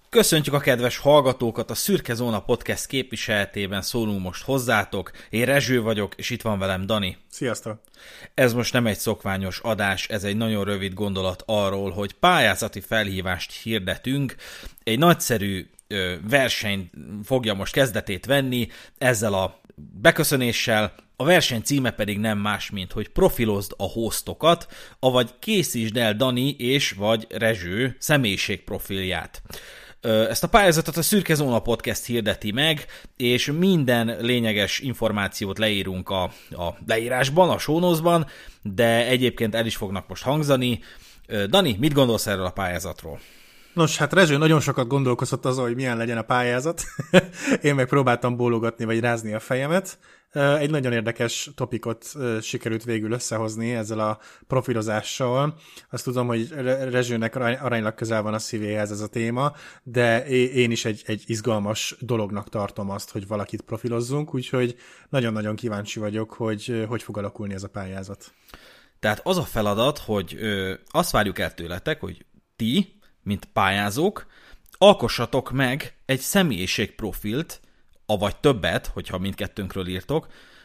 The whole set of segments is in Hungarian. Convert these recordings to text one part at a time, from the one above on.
Köszöntjük a kedves hallgatókat, a Szürke Zóna Podcast képviseletében szólunk most hozzátok. Én Rezső vagyok, és itt van velem Dani. Sziasztok! Ez most nem egy szokványos adás, ez egy nagyon rövid gondolat arról, hogy pályázati felhívást hirdetünk. Egy nagyszerű verseny fogja most kezdetét venni ezzel a beköszönéssel. A verseny címe pedig nem más, mint hogy profilozd a hostokat, avagy készítsd el Dani és vagy Rezső személyiségprofilját. Ezt a pályázatot a Szürke Zóna Podcast hirdeti meg, és minden lényeges információt leírunk a leírásban, a show notes-ban, de egyébként el is fognak most hangzani. Dani, mit gondolsz erről a pályázatról? Nos, hát Rezső nagyon sokat gondolkozott azon, hogy milyen legyen a pályázat. Én meg próbáltam bólogatni, vagy rázni a fejemet. Egy nagyon érdekes topikot sikerült végül összehozni ezzel a profilozással. Azt tudom, hogy Rezsőnek aránylag közel van a szívéhez ez a téma, de én is egy izgalmas dolognak tartom azt, hogy valakit profilozzunk, úgyhogy nagyon-nagyon kíváncsi vagyok, hogy fog alakulni ez a pályázat. Tehát az a feladat, hogy azt várjuk el tőletek, hogy ti, mint pályázók, alkossatok meg egy személyiségprofilt, avagy többet, hogyha mindkettőnkről írtok,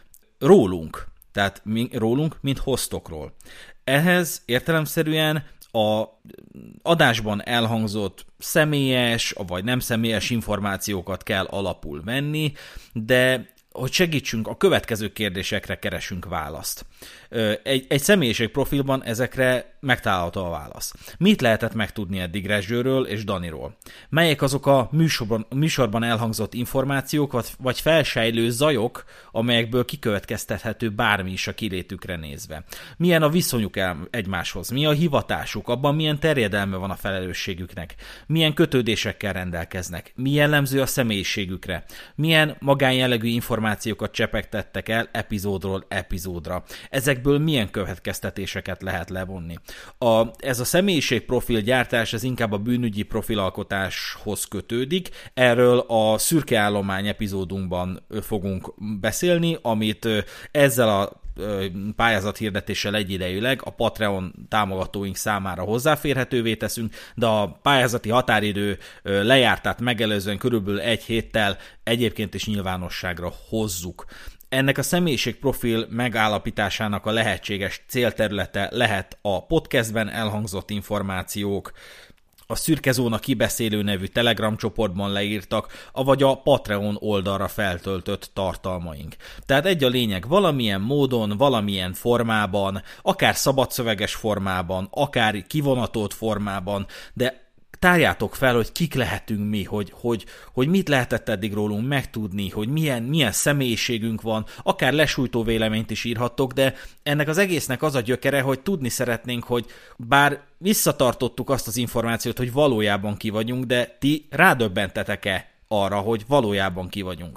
rólunk, tehát rólunk, mint hostokról. Ehhez értelemszerűen a adásban elhangzott személyes, vagy nem személyes információkat kell alapul venni, de hogy segítsünk, a következő kérdésekre keresünk választ. Egy személyiségprofilban ezekre megtalálható a válasz. Mit lehetett megtudni eddig Rezsőről és Daniról? Melyek azok a műsorban elhangzott információk, vagy felsejlő zajok, amelyekből kikövetkeztethető bármi is a kilétükre nézve? Milyen a viszonyuk egymáshoz? Mi a hivatásuk? Abban milyen terjedelme van a felelősségüknek? Milyen kötődésekkel rendelkeznek? Mi jellemző a személyiségükre? Milyen magánjellegű információkat csepegtettek el epizódról epizódra? Ezekből milyen következtetéseket lehet levonni? Ez a személyiségprofil gyártás, ez inkább a bűnügyi profilalkotáshoz kötődik. Erről a szürke állomány epizódunkban fogunk beszélni, amit ezzel a pályázat hirdetéssel egyidejűleg a Patreon támogatóink számára hozzáférhetővé teszünk, de a pályázati határidő lejártát megelőzően körülbelül egy héttel egyébként is nyilvánosságra hozzuk. Ennek a személyiségprofil megállapításának a lehetséges célterülete lehet a podcastben elhangzott információk, a Szürke Zóna Kibeszélő nevű Telegram csoportban leírtak, avagy a Patreon oldalra feltöltött tartalmaink. Tehát egy a lényeg, valamilyen módon, valamilyen formában, akár szabadszöveges formában, akár kivonatolt formában, de tárjátok fel, hogy kik lehetünk mi, hogy mit lehetett eddig rólunk megtudni, hogy milyen személyiségünk van, akár lesújtó véleményt is írhattok, de ennek az egésznek az a gyökere, hogy tudni szeretnénk, hogy bár visszatartottuk azt az információt, hogy valójában ki vagyunk, de ti rádöbbentetek-e arra, hogy valójában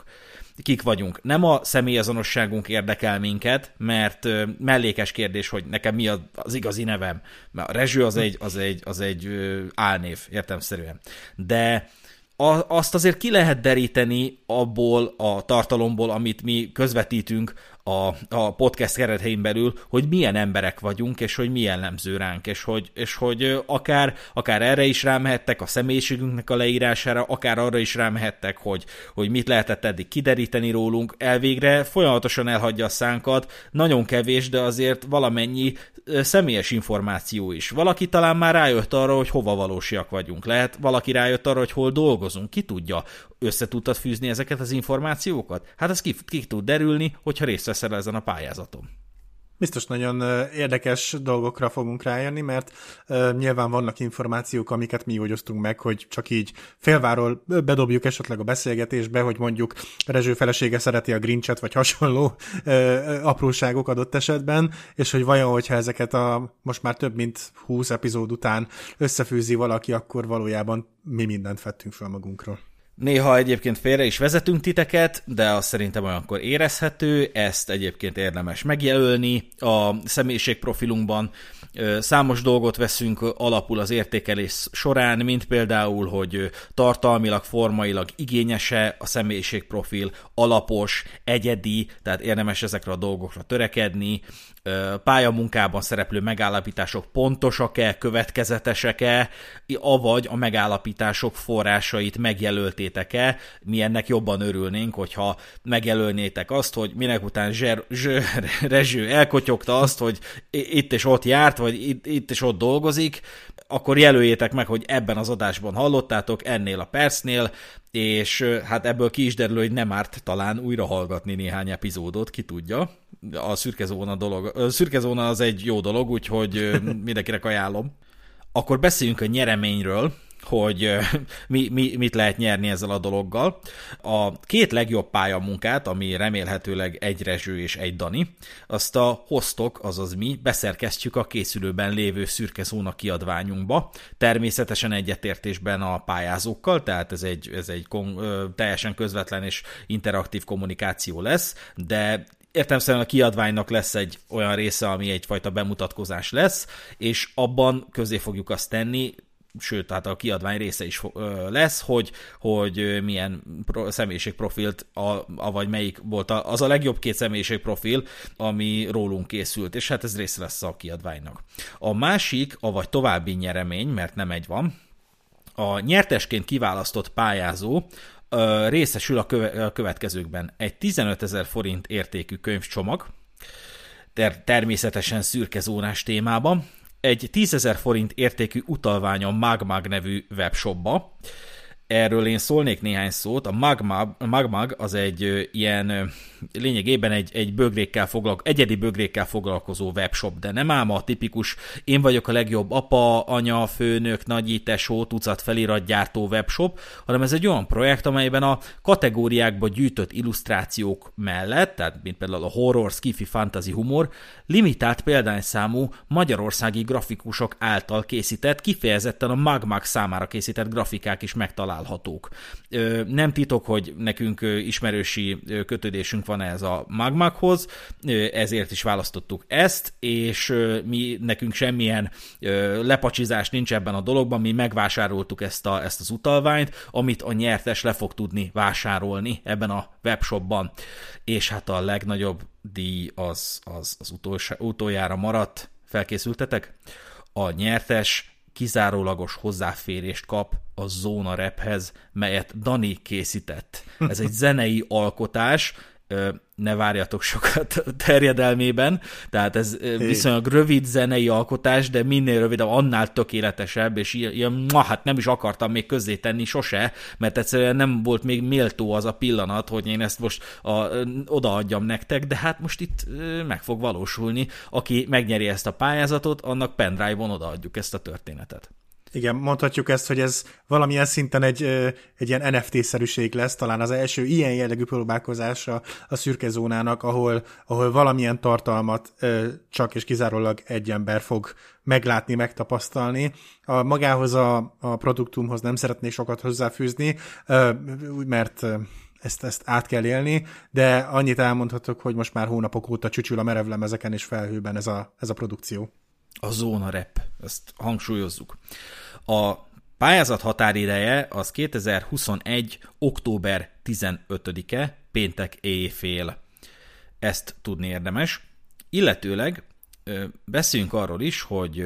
kik vagyunk. Nem a személyazonosságunk érdekel minket, mert mellékes kérdés, hogy nekem mi az igazi nevem. Mert a Rezső az egy álnév, értelemszerűen. De azt azért ki lehet deríteni abból a tartalomból, amit mi közvetítünk a podcast keretein belül, hogy milyen emberek vagyunk, és hogy mi jellemző ránk, és hogy akár erre is rámehettek a személyiségünknek a leírására, akár arra is rámehettek, hogy mit lehetett eddig kideríteni rólunk. Elvégre folyamatosan elhagyja a szánkat, nagyon kevés, de azért valamennyi személyes információ is. Valaki talán már rájött arra, hogy hova valósiak vagyunk. Lehet valaki rájött arra, hogy hol dolgozunk. Ki tudja? Össze tudtad fűzni ezeket az információkat? Hát ez ki tud derülni, hogyha részt veszel ezen a pályázaton. Biztos nagyon érdekes dolgokra fogunk rájönni, mert nyilván vannak információk, amiket mi úgy osztunk meg, hogy csak így félváról bedobjuk esetleg a beszélgetésbe, hogy mondjuk Rezső felesége szereti a Grinchet, vagy hasonló apróságok adott esetben, és hogy vajon, hogyha ezeket a most már több mint 20 epizód után összefűzi valaki, akkor valójában mi mindent fettünk fel magunkról. Néha egyébként félre is vezetünk titeket, de az szerintem olyankor érezhető, ezt egyébként érdemes megjelölni a személyiségprofilunkban. Számos dolgot veszünk alapul az értékelés során, mint például, hogy tartalmilag, formailag igényese a személyiségprofil, alapos, egyedi, tehát érdemes ezekre a dolgokra törekedni, pályamunkában szereplő megállapítások pontosak-e, következetesek-e, avagy a megállapítások forrásait megjelöltétek-e. Mi ennek jobban örülnénk, hogyha megjelölnétek azt, hogy minek után Rezső elkotyogta azt, hogy itt és ott járt, vagy itt és ott dolgozik, akkor jelöljétek meg, hogy ebben az adásban hallottátok, ennél a percnél, és hát ebből ki is derül, hogy nem árt talán újra hallgatni néhány epizódot, ki tudja. A szürke zóna az egy jó dolog, úgyhogy mindenkinek ajánlom. Akkor beszéljünk a nyereményről, hogy mit lehet nyerni ezzel a dologgal. A két legjobb pályamunkát, ami remélhetőleg egy Rezső és egy Dani, azt a hostok, azaz mi beszerkesztjük a készülőben lévő Szürke Zóna kiadványunkba, természetesen egyetértésben a pályázókkal, tehát ez egy teljesen közvetlen és interaktív kommunikáció lesz, de értelemszerűen a kiadványnak lesz egy olyan része, ami egyfajta bemutatkozás lesz, és abban közé fogjuk azt tenni, sőt, tehát a kiadvány része is lesz, hogy milyen személyiségprofilt, vagy melyik volt az a legjobb két személyiségprofil, ami rólunk készült, és hát ez része lesz a kiadványnak. A másik, avagy további nyeremény, mert nem egy van, a nyertesként kiválasztott pályázó részesül a következőkben: egy 15 000 forint értékű könyvcsomag, természetesen szürke zónás témában, egy 10 000 forint értékű utalvány a MagMag nevű webshopba. Erről én szólnék néhány szót. A MagMag az egy ilyen lényegében egy egyedi bögrékkel foglalkozó webshop, de nem ám a tipikus én vagyok a legjobb apa, anya, főnök, nagyi, tesó, tucat feliratgyártó webshop, hanem ez egy olyan projekt, amelyben a kategóriákba gyűjtött illusztrációk mellett, tehát mint például a horror, sci-fi, fantasy, humor, limitált példányszámú magyarországi grafikusok által készített, kifejezetten a MagMag számára készített grafikák is megtalálhatók. Nem titok, hogy nekünk ismerősi kötődésünk van ez a MagMaghoz, ezért is választottuk ezt, és nekünk semmilyen lepacsizás nincs ebben a dologban, mi megvásároltuk ezt az utalványt, amit a nyertes le fog tudni vásárolni ebben a webshopban. És hát a legnagyobb díj az utoljára maradt. Felkészültetek? A nyertes kizárólagos hozzáférést kap a Zóna Raphez, melyet Dani készített. Ez egy zenei alkotás, ne várjatok sokat terjedelmében, tehát ez viszonylag rövid zenei alkotás, de minél rövidebb, annál tökéletesebb, és ilyen, hát nem is akartam még közzétenni sose, mert egyszerűen nem volt még méltó az a pillanat, hogy én ezt most odaadjam nektek, de hát most itt meg fog valósulni. Aki megnyeri ezt a pályázatot, annak pendrive-on odaadjuk ezt a történetet. Igen, mondhatjuk ezt, hogy ez valamilyen szinten egy ilyen NFT-szerűség lesz, talán az első ilyen jellegű próbálkozása a szürke zónának, ahol valamilyen tartalmat csak és kizárólag egy ember fog meglátni, megtapasztalni. Magához a produktumhoz nem szeretnék sokat hozzáfűzni, mert ezt át kell élni, de annyit elmondhatok, hogy most már hónapok óta csücsül a merevlemezeken és felhőben ez a produkció. A Zóna Rap, ezt hangsúlyozzuk. A pályázat határideje az 2021. október 15-e, péntek éjfél. Ezt tudni érdemes. Illetőleg beszéljünk arról is, hogy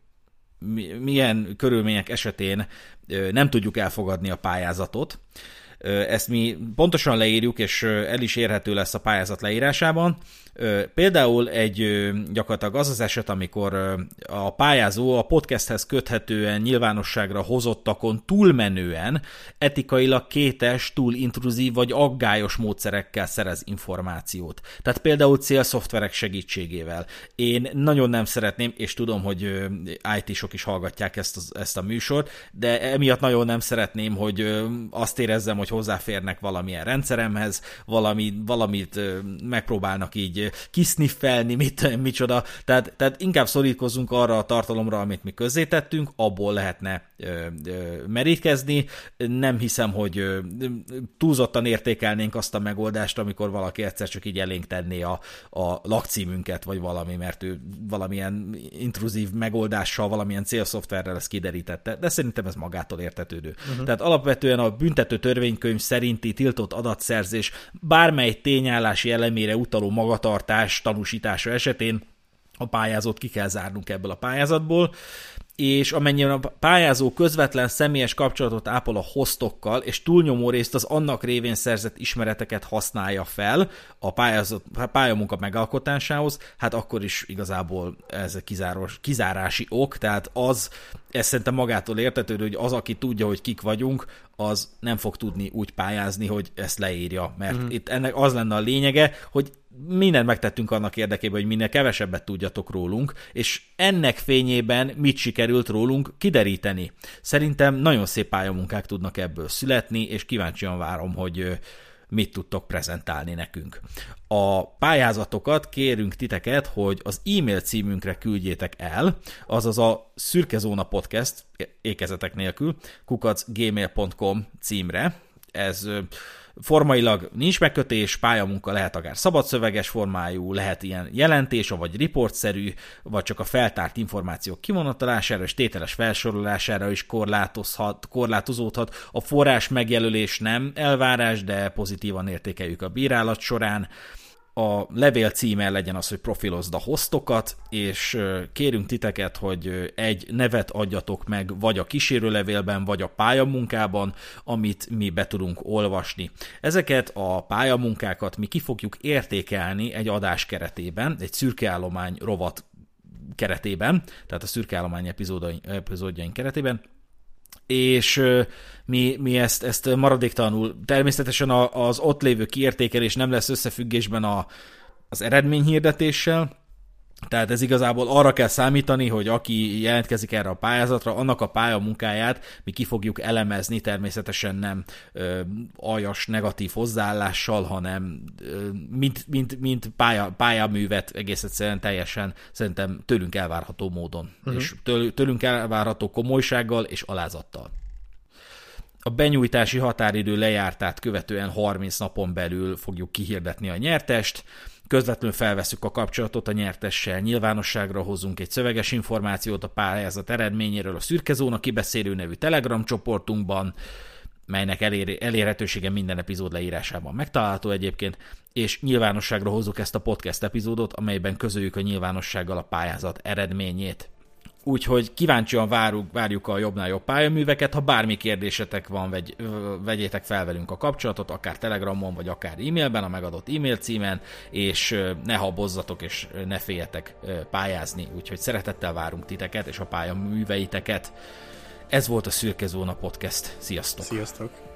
milyen körülmények esetén nem tudjuk elfogadni a pályázatot. Ezt mi pontosan leírjuk, és el is érhető lesz a pályázat leírásában. Például gyakorlatilag az eset, amikor a pályázó a podcasthez köthetően nyilvánosságra hozottakon túlmenően etikailag kétes, túl intruzív vagy aggályos módszerekkel szerez információt. Tehát például célszoftverek segítségével. Én nagyon nem szeretném, és tudom, hogy IT-sok is hallgatják ezt a műsort, de emiatt nagyon nem szeretném, hogy azt érezzem, hogy hozzáférnek valamilyen rendszeremhez, valamit megpróbálnak így kiszniffelni, micsoda. Tehát inkább szorítkozzunk arra a tartalomra, amit mi közzétettünk, abból lehetne merítkezni. Nem hiszem, hogy túlzottan értékelnénk azt a megoldást, amikor valaki egyszer csak így elénk tenné a lakcímünket, vagy valami, mert ő valamilyen intruzív megoldással, valamilyen célszoftverrel ezt kiderítette, de szerintem ez magától értetődő. Tehát alapvetően a büntető törvénykönyv szerinti tiltott adatszerzés bármely tényállási elemére utaló magatartás tanúsítása esetén a pályázót ki kell zárnunk ebből a pályázatból, és amennyiben a pályázó közvetlen személyes kapcsolatot ápol a hostokkal, és túlnyomó részt az annak révén szerzett ismereteket használja fel a pályamunka megalkotásához, hát akkor is igazából ez egy kizárási ok, tehát ez szerintem magától értetődő, hogy az, aki tudja, hogy kik vagyunk, az nem fog tudni úgy pályázni, hogy ezt leírja, mert itt ennek az lenne a lényege, hogy mindent megtettünk annak érdekében, hogy minél kevesebbet tudjatok rólunk, és ennek fényében mit sikerült rólunk kideríteni. Szerintem nagyon szép pályamunkák tudnak ebből születni, és kíváncsian várom, hogy mit tudtok prezentálni nekünk. A pályázatokat kérünk titeket, hogy az e-mail címünkre küldjétek el, azaz a szürkezóna podcast, ékezetek nélkül, @gmail.com címre. Ez formailag nincs megkötés, pályamunka lehet akár szabadszöveges formájú, lehet ilyen jelentés, vagy riportszerű, vagy csak a feltárt információk kivonatalására és tételes felsorolására is korlátozódhat. A forrás megjelölés nem elvárás, de pozitívan értékeljük a bírálat során. A levél címe legyen az, hogy profilozd a hostokat, és kérünk titeket, hogy egy nevet adjatok meg, vagy a kísérőlevélben, vagy a pályamunkában, amit mi be tudunk olvasni. Ezeket a pályamunkákat mi ki fogjuk értékelni egy adás keretében, egy szürkeállomány rovat keretében, tehát a szürkeállomány epizódjaink keretében, és mi ezt maradéktalanul, természetesen az ott lévő kiértékelés nem lesz összefüggésben az eredményhirdetéssel, tehát ez igazából arra kell számítani, hogy aki jelentkezik erre a pályázatra, annak a pályamunkáját mi ki fogjuk elemezni, természetesen nem aljas, negatív hozzáállással, hanem mint pályaművet egész egyszerűen teljesen szerintem tőlünk elvárható módon, és tőlünk elvárható komolysággal és alázattal. A benyújtási határidő lejártát követően 30 napon belül fogjuk kihirdetni a nyertest, közvetlenül felveszük a kapcsolatot a nyertessel, nyilvánosságra hozunk egy szöveges információt a pályázat eredményéről a Szürkezóna kibeszélő nevű Telegram csoportunkban, melynek elérhetősége minden epizód leírásában megtalálható egyébként, és nyilvánosságra hozzuk ezt a podcast epizódot, amelyben közöljük a nyilvánossággal a pályázat eredményét. Úgyhogy kíváncsian várjuk a jobbnál jobb pályaműveket, ha bármi kérdésetek van, vegyétek fel velünk a kapcsolatot, akár Telegramon, vagy akár e-mailben, a megadott e-mail címen, és ne habozzatok, és ne féljetek pályázni, úgyhogy szeretettel várunk titeket, és a pályaműveiteket. Ez volt a Szürkezóna Podcast. Sziasztok! Sziasztok!